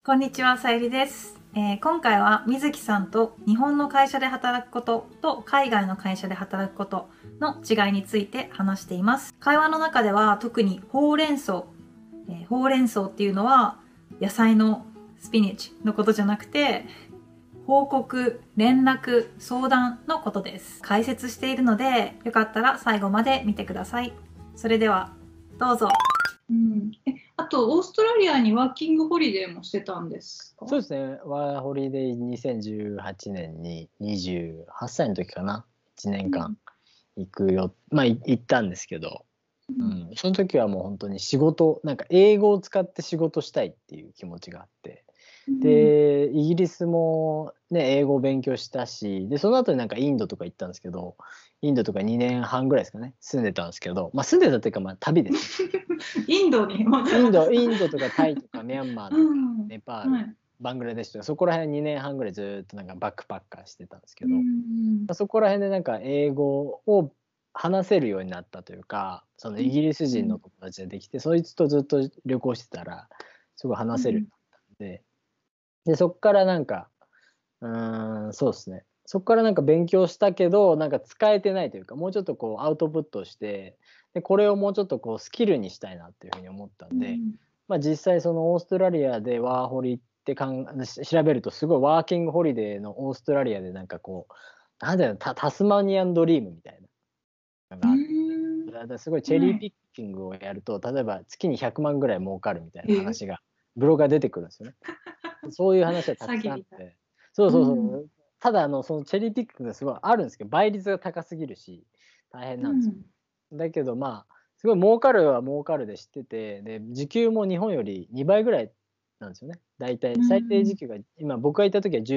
こんにちは、さゆりです。今回は水木さんと日本の会社で働くことと海外の会社で働くことの違いについて話しています。会話の中では特にほうれん草、ほうれん草っていうのは野菜のスピニッチのことじゃなくて、報告、連絡、相談のことです。解説しているので、よかったら最後まで見てください。それでは、どうぞ。 あと、オーストラリアにワーキングホリデーもしてたんですか？ そうですね。ワーホリで2018年に28歳の時かな。1年間行くよ、行ったんですけど、その時はもう本当に仕事、なんか英語を使って仕事したいっていう気持ちがあって、で、イギリスもね、英語を勉強したし、で、その後になんかインドとか行ったんですけど、インドとか2年半ぐらいですかね、住んでたんですけど、住んでたっていうか旅です。 インドにインドとかタイとかミャンマーとかネパール、バングラデシュとかそこら辺2年半ぐらいずっとなんかバックパッカーしてたんですけど、そこら辺でなんか英語を話せるようになったというか、そのイギリス人の友達ができて、そいつとずっと旅行してたらすごい話せるようになったんで、そこからなんかそうですね、そこからなんか勉強したけどなんか使えてないというか、もうちょっとこうアウトプットして、でこれをもうちょっとこうスキルにしたいなっていうふうに思ったんで、実際そのオーストラリアでワーホリって調べるとすごいワーキングホリデーのオーストラリアでなんかこうなんだよ、タスマニアンドリームみたいなのがあって、だからすごいチェリーピッキングをやると、例えば月に100万ぐらい儲かるみたいな話がブログが出てくるんですよね。そういう話はたくさんあって、そうただそのチェリーピッキングがすごいあるんですけど、倍率が高すぎるし大変なんですよ。だけどすごい儲かるは儲かるで知ってて、で時給も日本より2倍ぐらいなんですよね。だいたい最低時給が今僕がいた時は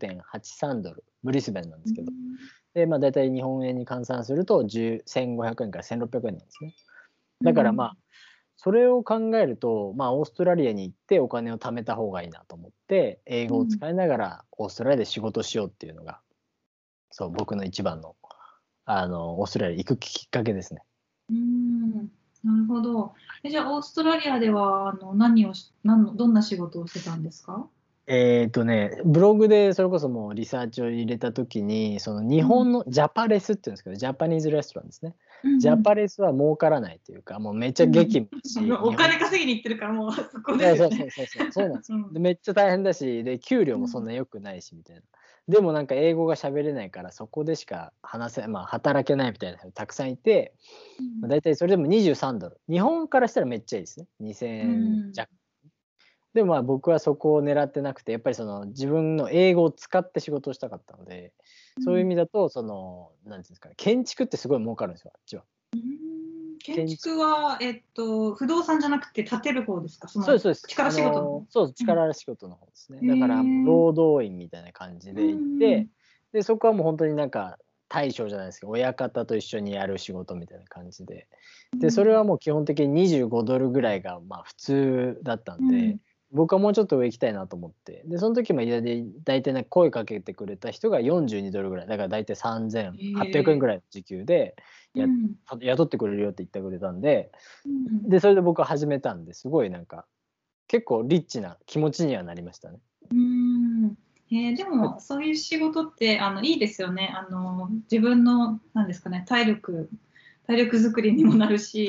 19.83 ドル、ブリスベンなんですけど、でだいたい日本円に換算すると1500円から1600円なんですね。だからそれを考えると、オーストラリアに行ってお金を貯めた方がいいなと思って、英語を使いながらオーストラリアで仕事しようっていうのが、そう僕の一番のオーストラリアに行くきっかけですね。 なるほど。じゃあオーストラリアではどんな仕事をしてたんですか？ ブログでそれこそもうリサーチを入れた時に、その日本のジャパレスっていうんですけど、ジャパニーズレストランですね。ジャパレスは儲からないというか、もうめっちゃ激務だし、 お金稼ぎに行ってるからもうそこですよね。 そうなんですよ。でめっちゃ大変だし、で給料もそんな良くないしみたいな。でもなんか英語が喋れないからそこでしか働けないみたいな人がたくさんいて、だいたいそれでも23ドル。日本からしたらめっちゃいいですね。2000円弱。でも僕はそこを狙ってなくて、やっぱりその自分の英語を使って仕事をしたかったので、そういう意味だとそのなんていうんですかね、建築ってすごい儲かるんですよ、あっちは。 建築は不動産じゃなくて建てる方ですか？ そうです。 力仕事。 力仕事の方ですね。だから労働員みたいな感じで行って、でそこはもう本当になんか大将じゃないですけど、親方と一緒にやる仕事みたいな感じで、それはもう基本的に25ドルぐらいが普通だったんで、僕はもうちょっと上行きたいなと思って、でその時も大体声かけてくれた人が42ドルぐらい、だから大体3800円ぐらいの時給で雇ってくれるよって言ってくれたんで、それで僕は始めたんで、すごいなんか結構リッチな気持ちにはなりましたね。 でもそういう仕事っていいですよね。自分のなんですかね、体力作りにもなるし。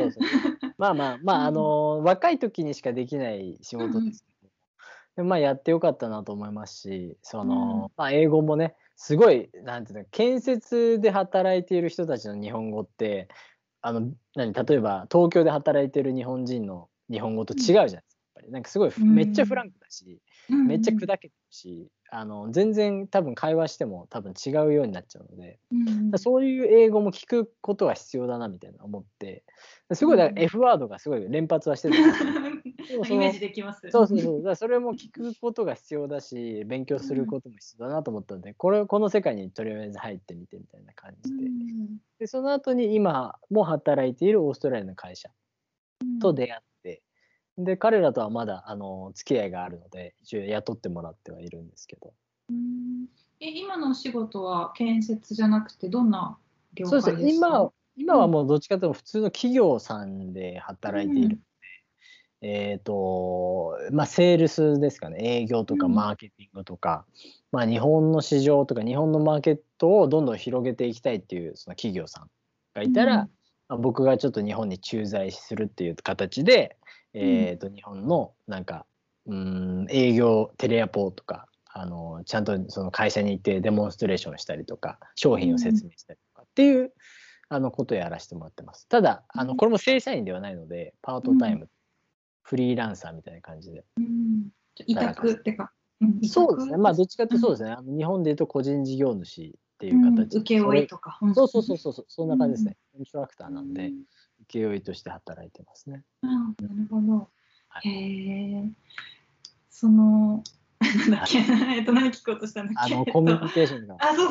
若い時にしかできない仕事ですけど、でやってよかったなと思いますし、英語もね、すごいなんていうの、建設で働いている人たちの日本語って例えば東京で働いてる日本人の日本語と違うじゃないですか。やっぱりなんかすごいめっちゃフランクだし、めっちゃ砕けてるし、全然多分会話しても多分違うようになっちゃうので、そういう英語も聞くことが必要だなみたいな思って、すごいだから F ワードがすごい連発はしてるんですけど、 イメージできます。 だからそれも聞くことが必要だし、勉強することも必要だなと思ったので、この世界にとりあえず入ってみてみたいな感じで、その後に今も働いているオーストラリアの会社と出会って、で彼らとはまだ付き合いがあるので一応雇ってもらってはいるんですけど。 今のお仕事は建設じゃなくてどんな業界ですか？ 今はもうどっちかというと普通の企業さんで働いているので、 まあ、セールスですかね、営業とかマーケティングとか、まあ、日本の市場とか日本のマーケットをどんどん広げていきたいっていうその企業さんがいたら、まあ、僕がちょっと日本に駐在するっていう形で、日本のなんか営業テレアポとかちゃんとその会社に行ってデモンストレーションしたりとか商品を説明したりとかっていうことをやらせてもらってます。ただこれも正社員ではないのでパートタイム、フリーランサーみたいな感じで。 委託ってか。 そうですね。まあどっちかってそうですね。日本でいうと個人事業主っていう形。 請負とか。 そうそんな感じですね。コントラクターなんで請負として働いてますね。 なるほど。へえ。そのなんだっけ、何聞こうとしたんだっけ。 コミュニケーションが。 そう。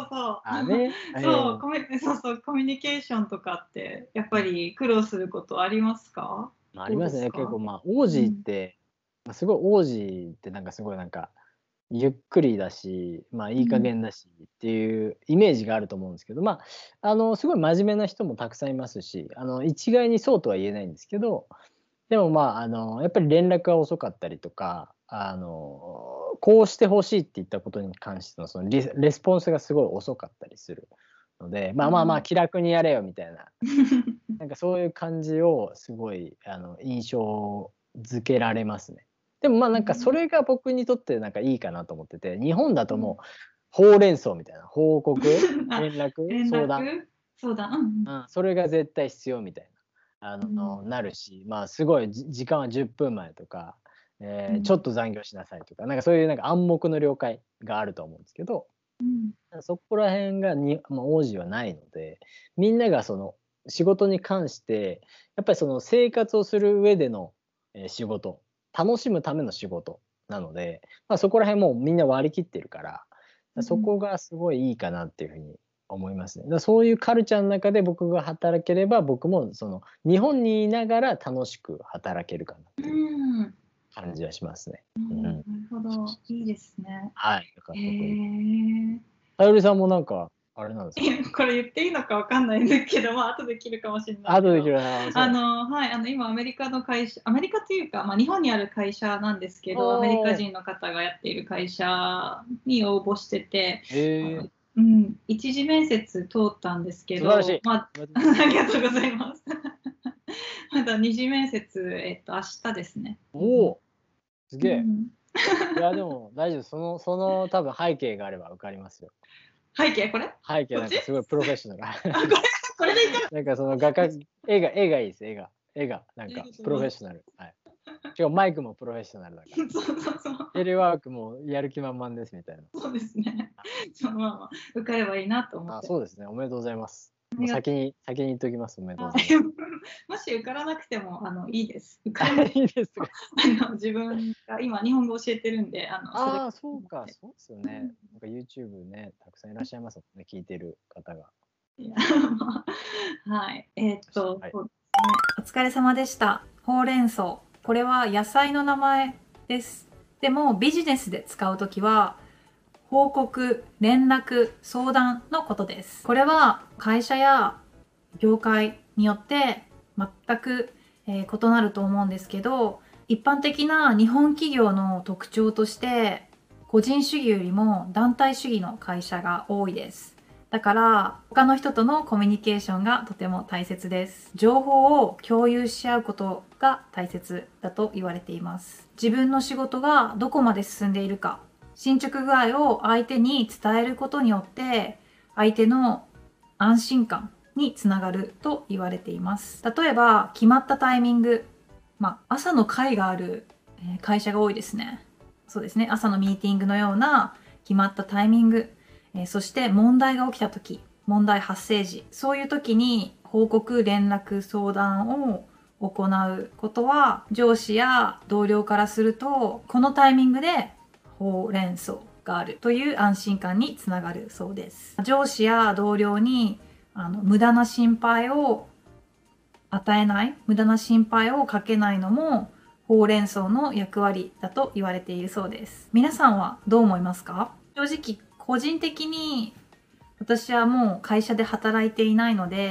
そう、コミュニケーションとかってやっぱり苦労することありますか？ ありますね。結構まあ王子って、すごい王子ってなんかすごいなんかゆっくりだし、まあいい加減だしっていうイメージがあると思うんですけど、まあすごい真面目な人もたくさんいますし、一概にそうとは言えないんですけど、でもまあやっぱり連絡が遅かったりとか、こうしてほしいって言ったことに関してのそのレスポンスがすごい遅かったりするので、まあ気楽にやれよみたいななんかそういう感じをすごい印象づけられますね。でもまあなんかそれが僕にとってなんかいいかなと思ってて、日本だともうほうれん草みたいな報告連絡相談、 それが絶対必要みたいななるし、まあすごい時間は10分前とか、ちょっと残業しなさいとか、なんかそういうなんか暗黙の了解があると思うんですけど、そこら辺がまあ、王子はないので、みんながその仕事に関してやっぱりその生活をする上での仕事、楽しむための仕事なので、まあ、そこら辺もうみんな割り切ってるから、そこがすごいいいかなっていうふうに思いますね。だからそういうカルチャーの中で僕が働ければ、僕もその日本にいながら楽しく働けるかなっていう感じはしますね。 なるほど、いいですね。 はい。さゆりさんもなんかあれなんですか？ これ言っていいのかわかんないんですけど、まあ後で切るかもしれないけど。 後で切るな。 はい、今アメリカの会社、アメリカというか、まあ、日本にある会社なんですけど、アメリカ人の方がやっている会社に応募してて、一次面接通ったんですけど、ありがとうございます。まだ二次面接、明日ですね。 すげえ。いやでも大丈夫、その多分背景があれば受かりますよ。 背景これ？ 背景なんかすごいプロフェッショナル。 これでいいかな。 なんかその絵がいいです。絵がなんかプロフェッショナル。はい。しかもマイクもプロフェッショナルだから。そう。テレワークもやる気満々ですみたいな。 そうですね。まあ受かればいいなと思って。 そうですね。おめでとうございます。先に言っておきます。おめでとうございます。 もし受からなくてもいいです。受からなくていいですか。 自分が今日本語教えてるんでそうか、そうですよね。なんか YouTube ね、たくさんいらっしゃいますもんね、聞いてる方が。 はい。 お疲れ様でした。ほうれん草。これは野菜の名前です。でもビジネスで使うときは報告、連絡、相談のことです。これは会社や業界によって全く異なると思うんですけど、一般的な日本企業の特徴として個人主義よりも団体主義の会社が多いです。だから他の人とのコミュニケーションがとても大切です。情報を共有し合うことが大切だと言われています。自分の仕事がどこまで進んでいるか、進捗具合を相手に伝えることによって相手の安心感につながると言われています。例えば決まったタイミング、朝の会がある会社が多いですね。そうですね。朝のミーティングのような決まったタイミング、そして問題が起きた時、問題発生時、そういう時に報告、連絡、相談を行うことは上司や同僚からするとこのタイミングでほうれん草があるという安心感につながるそうです。上司や同僚に無駄な心配を与えない、無駄な心配をかけないのもほうれん草の役割だと言われているそうです。皆さんはどう思いますか？正直個人的に私はもう会社で働いていないので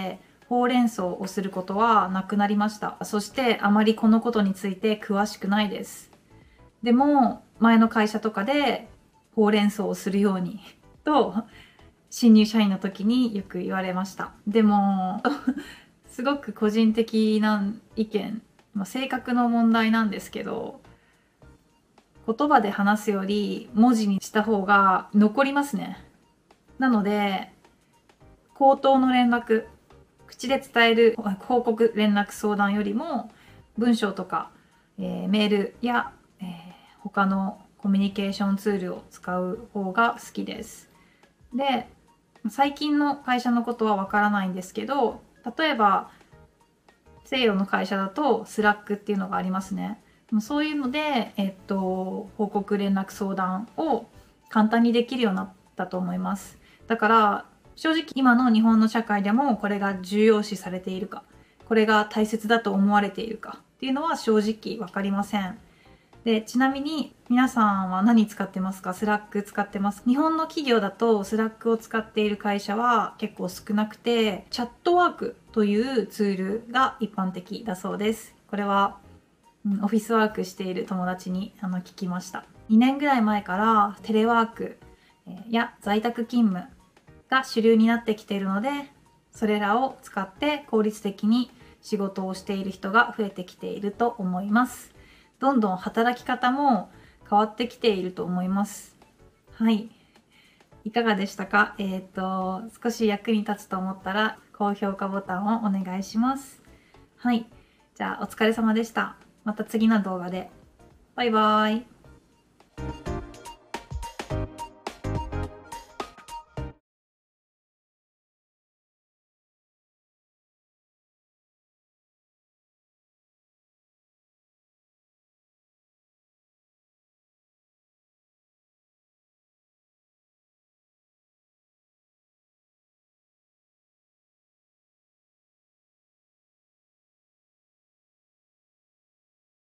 ほうれん草をすることはなくなりました。そしてあまりこのことについて詳しくないです。でも前の会社とかでほうれん草をするようにと新入社員の時によく言われました。でもすごく個人的な意見、性格の問題なんですけど、言葉で話すより文字にした方が残りますね。なので口頭の連絡、口で伝える報告連絡相談よりも文章とか、メールや、他のコミュニケーションツールを使う方が好きです。で、最近の会社のことはわからないんですけど、例えば西洋の会社だとスラックっていうのがありますね。そういうので、報告連絡相談を簡単にできるようになったと思います。だから正直今の日本の社会でもこれが重要視されているか、これが大切だと思われているかっていうのは正直わかりません。で、ちなみに皆さんは何使ってますか？スラック使ってます？日本の企業だとスラックを使っている会社は結構少なくて、チャットワークというツールが一般的だそうです。これはオフィスワークしている友達に聞きました。2年ぐらい前からテレワークや在宅勤務が主流になってきているので、それらを使って効率的に仕事をしている人が増えてきていると思います。どんどん働き方も変わってきていると思います。はい。いかがでしたか？少し役に立つと思ったら高評価ボタンをお願いします。はい。じゃあお疲れ様でした。また次の動画で。バイバーイ。